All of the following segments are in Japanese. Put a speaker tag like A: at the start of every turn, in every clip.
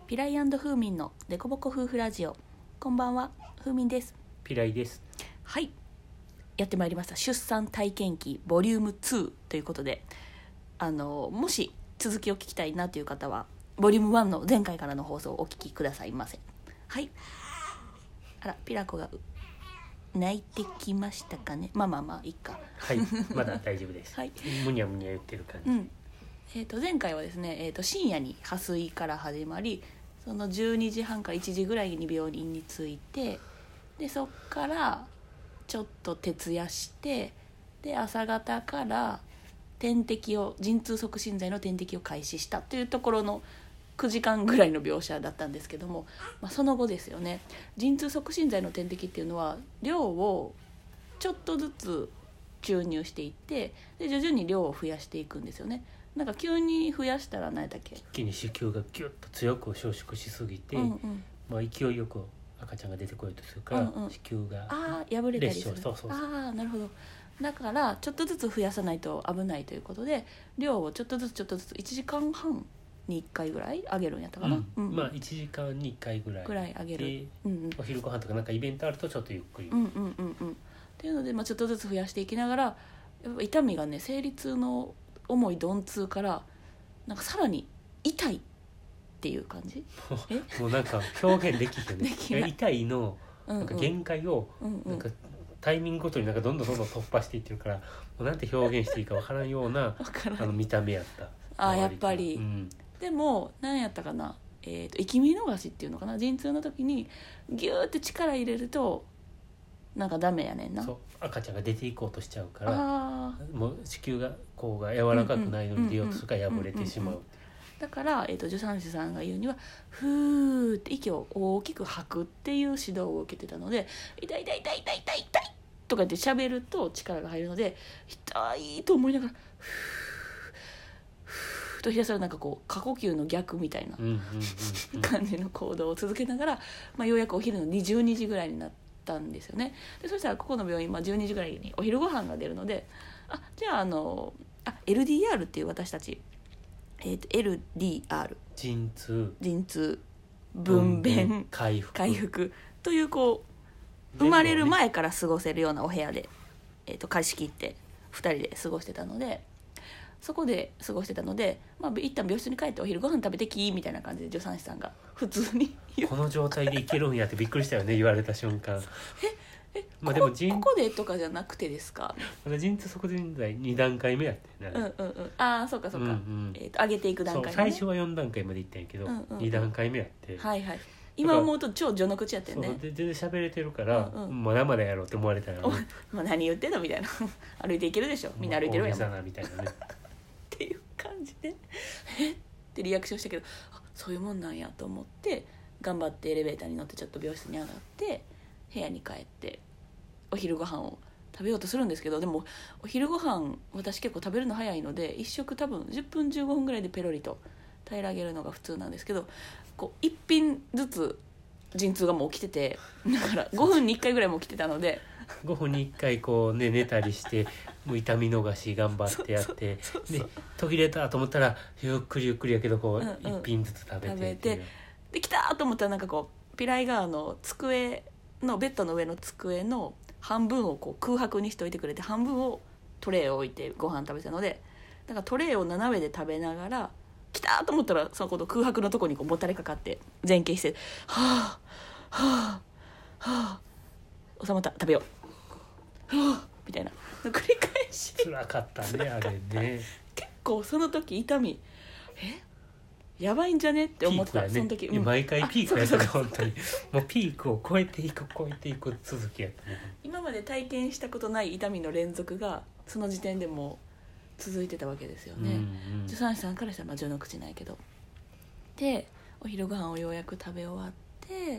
A: ピライ&フーミンのデコボコ夫婦ラジオ。こんばんは、フーミンです。
B: ピライです。
A: はい、やってまいりました。出産体験記ボリューム2ということで、もし続きを聞きたいなという方はボリューム1の前回からの放送をお聞きくださいませ。はい。あら、ピラコが泣いてきましたかね。まあいいか。
B: はい、まだ大丈夫です。
A: はい。
B: むにゃむにゃ言ってる感じ。
A: 前回はですね、深夜に破水から始まり、その12時半から1時ぐらいに病院に着いて、でそっからちょっと徹夜して、で朝方から点滴を陣痛促進剤の点滴を開始したというところの9時間ぐらいの描写だったんですけども、その後ですよね。陣痛促進剤の点滴っていうのは量をちょっとずつ注入していって、で徐々に量を増やしていくんですよね。なんか急に増やしたら何だっけ、
B: 一気に子宮がギュッと強く収縮しすぎて、勢いよく赤ちゃんが出てこようとするから、子宮が
A: 破れたりする。
B: そう
A: なるほど。だからちょっとずつ増やさないと危ないということで、量をちょっとずつ1時間半に1回ぐらい上げるんやったかな。
B: 1時間に1回ぐらい
A: 上げる。
B: お昼ご飯とかなんかイベントあるとちょっとゆっくり。
A: っていうので、ちょっとずつ増やしていきながら、やっぱ痛みがね、生理痛の重い鈍痛からなんかさらに痛いっていう感じ。
B: もうなんか表現できひんよね。痛いのなんか限界をなんかタイミングごとになんかどんどん突破していってるから、もうなんて表現していいかわからんような見た目やった。
A: やっぱり、でも何やったかな、息見逃しっていうのかな、陣痛の時にギューって力入れるとなんかダメやねんな。
B: そう赤ちゃんが出ていこうとしちゃうから、もう子宮がこうが柔らかくないのに出ようとするから破れてしまう。だ
A: から、助産師さんが言うにはふーって息を大きく吐くっていう指導を受けてたので、痛いとか言って喋ると力が入るので、痛いと思いながらふーとひたすらなんかこう過呼吸の逆みたいな感じの行動を続けながら、ようやくお昼の12時ぐらいになったんですよね。でそしたらここの病院、12時ぐらいにお昼ご飯が出るので、じゃあLDR っていう私たち、LDR
B: 陣痛
A: 分娩
B: 回
A: 復という生まれる前から過ごせるようなお部屋で、貸し切って2人で過ごしてたので、そこで過ごしてたので、一旦病室に帰ってお昼ご飯食べてきみたいな感じで助産師さんが普通に
B: この状態でいけるんやってびっくりしたよね、言われた瞬間。
A: でもここでとかじゃなくてですか。
B: 陣痛促進剤2段階目やってね。
A: そうか、上げていく段階、ね、
B: 最初は4段階までいったんやけど、2段階目やって、
A: 今思うと超序の口やってんね。
B: 全然喋れてるから、まだまだやろうって思われたら、
A: 何言ってんのみたいな歩いていけるでしょ、みんな歩いてるやん
B: みたいなね
A: っていう感じでってリアクションしたけど、そういうもんなんやと思って頑張ってエレベーターに乗ってちょっと病室に上がって部屋に帰ってお昼ご飯を食べようとするんですけど、でもお昼ご飯私結構食べるの早いので、1食多分10分15分ぐらいでペロリと平らげるのが普通なんですけど、1品ずつ陣痛がもう起きてて、だから5分に1回ぐらいも起きてたので
B: 5分に1回寝たりしてもう痛み逃し頑張ってやってで途切れたと思ったらゆっくりやけど1品ずつ食べて
A: できたと思ったら、なんかピライが机のベッドの上の机の半分を空白にしておいてくれて、半分をトレイを置いてご飯食べてたので、だからトレイを斜めで食べながら来たと思ったら、その空白のとこにもたれかかって前傾して収まった、食べようみたいな繰り返し。
B: 辛かったねあれね
A: 結構その時痛みやばいんじゃねって思ってた、その時、
B: 毎回ピークやったから本当にもうピークを超えていく続きやったね。
A: 今まで体験したことない痛みの連続がその時点でもう続いてたわけですよね。助産師さんからしたら序の口ないけど、でお昼ご飯をようやく食べ終わって、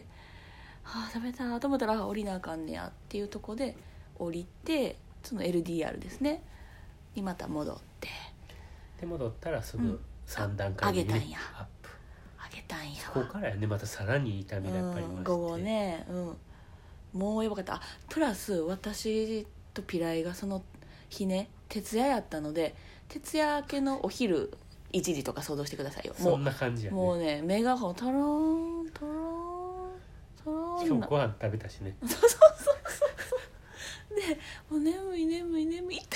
A: 食べたと思ったら降りなあかんねやっていうとこで降りて、その LDR ですねにまた戻って、
B: で戻ったらすぐ3段階
A: 目に、上げたんや
B: そこからやね、またさらに痛みがやっぱり増して、
A: 午後ね、もうやばかった。プラス私とピライがその日ね徹夜やったので、徹夜明けのお昼 1時とか想像してくださいよ。
B: そんな感じやね。
A: もうね目がトローントローントローン、
B: しかもご飯食べたしね。
A: そうでもう眠い痛い眠い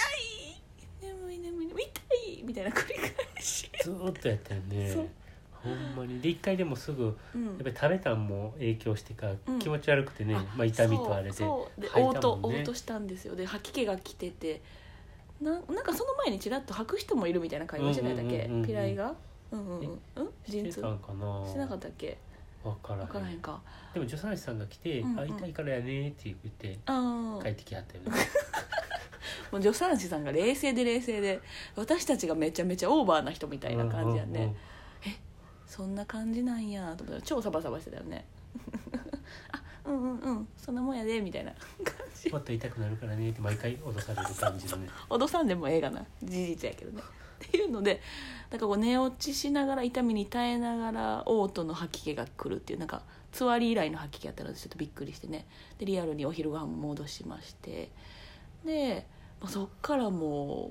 A: 痛いみたいな繰り返し
B: ずーっとやったよね。ほんまに。で一回でもすぐ、
A: うん、
B: やっぱり食べたんも影響してか、
A: うん、
B: 気持ち悪くてね、まあ、痛みとあれで
A: そうで
B: 吐いたもんね。
A: 嘔吐したんですよ。で吐き気が来ててなんかその前にちらっと吐く人もいるみたいな会話してないだっけ、ピライが陣痛
B: してたんかな。
A: してなかったっけ。
B: 分からへん
A: か。
B: でも助産師さんが来て、あ痛いからやねって言って帰ってきはったよね。
A: もう助産師さんが冷静で私たちがめちゃめちゃオーバーな人みたいな感じやね、そんな感じなんやと思ったら超サバサバしてたよねあそんなもんやでみたいな感じ。
B: もっと痛くなるからねって毎回脅される感じのね
A: 脅さんでもええがな、事実やけどねっていうので、だからこう寝落ちしながら痛みに耐えながら嘔吐の吐き気が来るっていう、なんかつわり以来の吐き気やったのでちょっとびっくりしてね。でリアルにお昼ご飯も戻しまして、でそっからも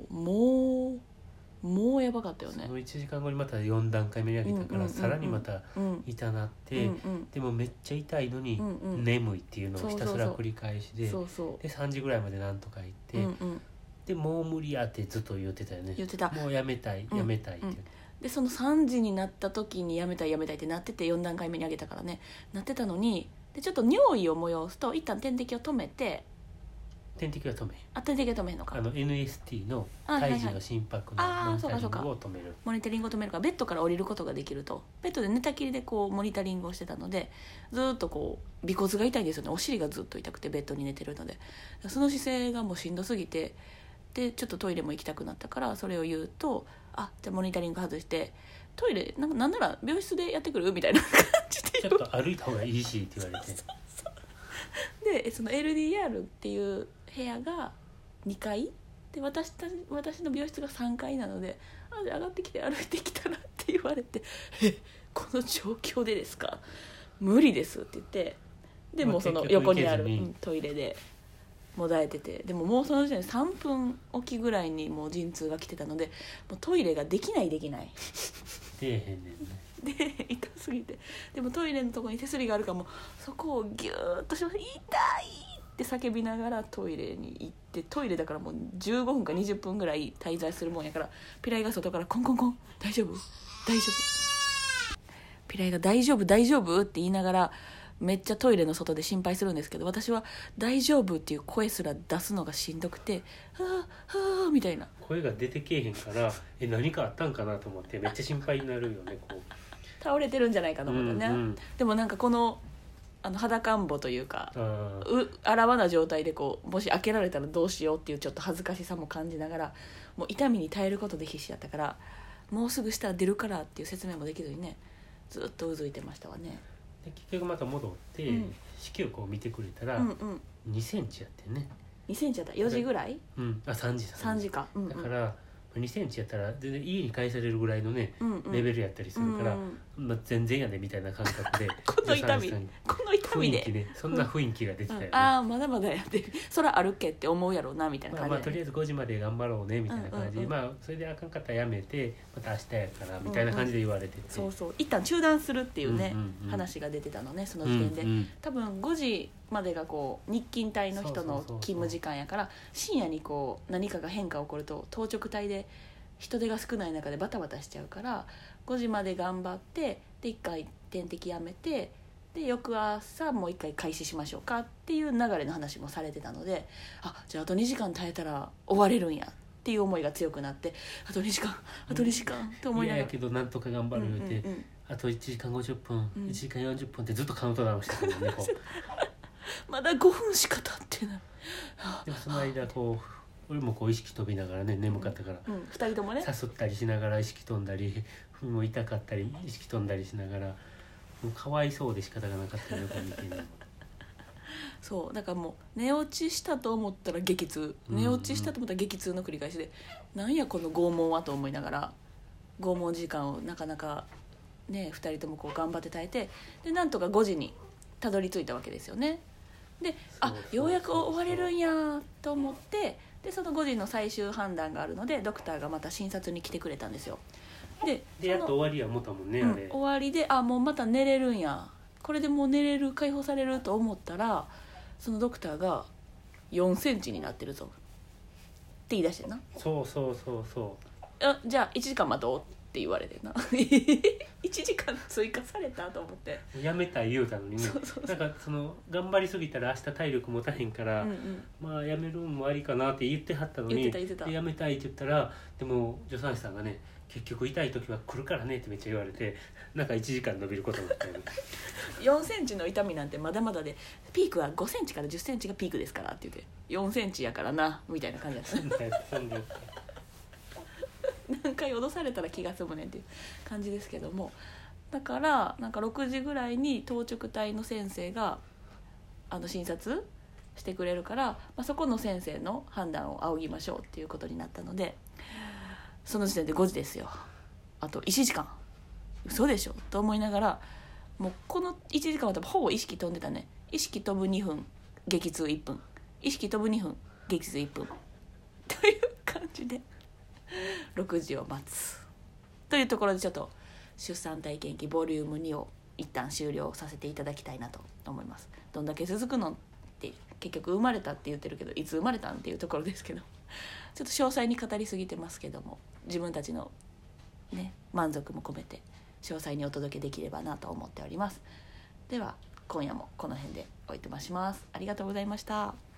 A: うやばかったよね。
B: その1時間後にまた4段階目に上げたから、さらにまた痛なって、でもめっちゃ痛いのに眠いっていうのをひたすら繰り返しで、で3時ぐらいまでなんとか行って、でもう無理やってずっと言ってたよね。
A: 言ってた。
B: もうやめたいって、
A: でその3時になった時にやめたいってなってて、4段階目に上げたからねなってたのに、でちょっと尿意を催すと一旦点滴を止めて、
B: 点滴は止めへん。
A: 点滴は止めへんのか。
B: NST の胎児の心拍のモニタリングを止める。
A: モニタリングを止めるからベッドから降りることができると。ベッドで寝たきりでこうモニタリングをしてたので、ずっとこう尾骨が痛いんですよね。お尻がずっと痛くてベッドに寝てるので、その姿勢がもうしんどすぎて、でちょっとトイレも行きたくなったからそれを言うと、じゃあモニタリング外してトイレなんなら病室でやってくるみたいな感じで
B: ちょっと歩いた方がいいしって言われて
A: でその LDR っていう部屋が2階で、私の病室が3階なので、じゃあ上がってきて歩いてきたらって言われて、この状況でですか、無理ですって言って、でもその横にあるトイレでもだえてて、でももうその時点で3分おきぐらいにもう陣痛が来てたので、もうトイレができない
B: 出えへんねんね。
A: で痛すぎて、でもトイレのとこに手すりがあるからもうそこをギューッとしまして、痛いって叫びながらトイレに行って、トイレだからもう15分か20分ぐらい滞在するもんやから、ピライが外からコンコンコン、大丈夫ピライが大丈夫って言いながらめっちゃトイレの外で心配するんですけど、私は大丈夫っていう声すら出すのがしんどくて、はぁみたいな
B: 声が出てけえへんから、何かあったんかなと思ってめっちゃ心配になるよね。こう
A: 倒れてるんじゃないかと思ったね、でもなんかこの裸んぼというかあらわな状態でこうもし開けられたらどうしようっていうちょっと恥ずかしさも感じながら、もう痛みに耐えることで必死だったから、もうすぐしたら出るからっていう説明もできずにね、ずっとうずいてましたわね。
B: で結局また戻って、子宮こう見てくれたら、2センチやってね。
A: 2センチやったら4時ぐらい
B: 3時
A: か、
B: だから2センチやったら全然家に帰されるぐらいのね、レベルやったりするから、全然やでみたいな感覚で
A: この痛みで
B: 雰囲気でそんな雰囲気が出てたよね、
A: まだまだやってそらあるけって思うやろうなみたいな感じで、
B: とりあえず5時まで頑張ろうねみたいな感じで、それであかんかったらやめてまた明日やからみたいな感じで言われてて、
A: そう一旦中断するっていうね、話が出てたのね、その時点で、多分5時までがこう日勤帯の人の勤務時間やから、深夜にこう何かが変化起こると当直帯で人手が少ない中でバタバタしちゃうから、5時まで頑張ってで1回点滴やめて、で翌朝もう1回開始しましょうかっていう流れの話もされてたので、じゃああと2時間耐えたら終われるんやっていう思いが強くなって、あと2時間って思いながら、
B: いやけどなんとか頑張るって、あと1時間50分、1時間40分ってずっとカウントダウンしてたもんねこう
A: まだ5分しか経ってない
B: でもその間こう俺もこう意識飛びながらね、眠かったから、
A: 2人ともね
B: 誘ったりしながら意識飛んだり、もう痛かったり意識飛んだりしながら、もうかわいそうで仕方がなかったよ見てね
A: そうだからもう寝落ちしたと思ったら激痛、寝落ちしたと思ったら激痛の繰り返しで、なんやこの拷問はと思いながら、拷問時間をなかなかね2人ともこう頑張って耐えて、でなんとか5時にたどり着いたわけですよね。でようやく終われるんやと思って、でその5時の最終判断があるのでドクターがまた診察に来てくれたんですよ。 で
B: やっと終わりや思ったもんね、あれ、
A: 終わりでもうまた寝れるんや、これでもう寝れる、解放されると思ったら、そのドクターが4センチになってるぞって言い出してな。
B: そう
A: じゃあ1時間待とうって言われてな1時間追加されたと思って、
B: やめたい言うたのにね。なんかその頑張りすぎたら明日体力持たへんから、まあやめるんもありかなって言ってはったのに、
A: 言ってた
B: でやめたいって言ったら、でも助産師さんがね、結局痛い時は来るからねってめっちゃ言われて、なんか1時間伸びることになったよね
A: 4センチの痛みなんてまだまだで、ピークは5センチから10センチがピークですからって言って、4センチやからなみたいな感じだった何回脅されたら気が済むねんっていう感じですけども、だからなんか6時ぐらいに当直隊の先生が診察してくれるから、そこの先生の判断を仰ぎましょうっていうことになったので、その時点で5時ですよ、あと1時間、嘘でしょと思いながら、もうこの1時間は多分ほぼ意識飛んでたね。意識飛ぶ2分激痛1分、意識飛ぶ2分激痛1分という感じで6時を待つというところで、ちょっと出産体験記ボリューム2を一旦終了させていただきたいなと思います。どんだけ続くのって、結局生まれたって言ってるけど、いつ生まれたんっていうところですけど、ちょっと詳細に語りすぎてますけども、自分たちのね満足も込めて詳細にお届けできればなと思っております。では今夜もこの辺でおいとまします。ありがとうございました。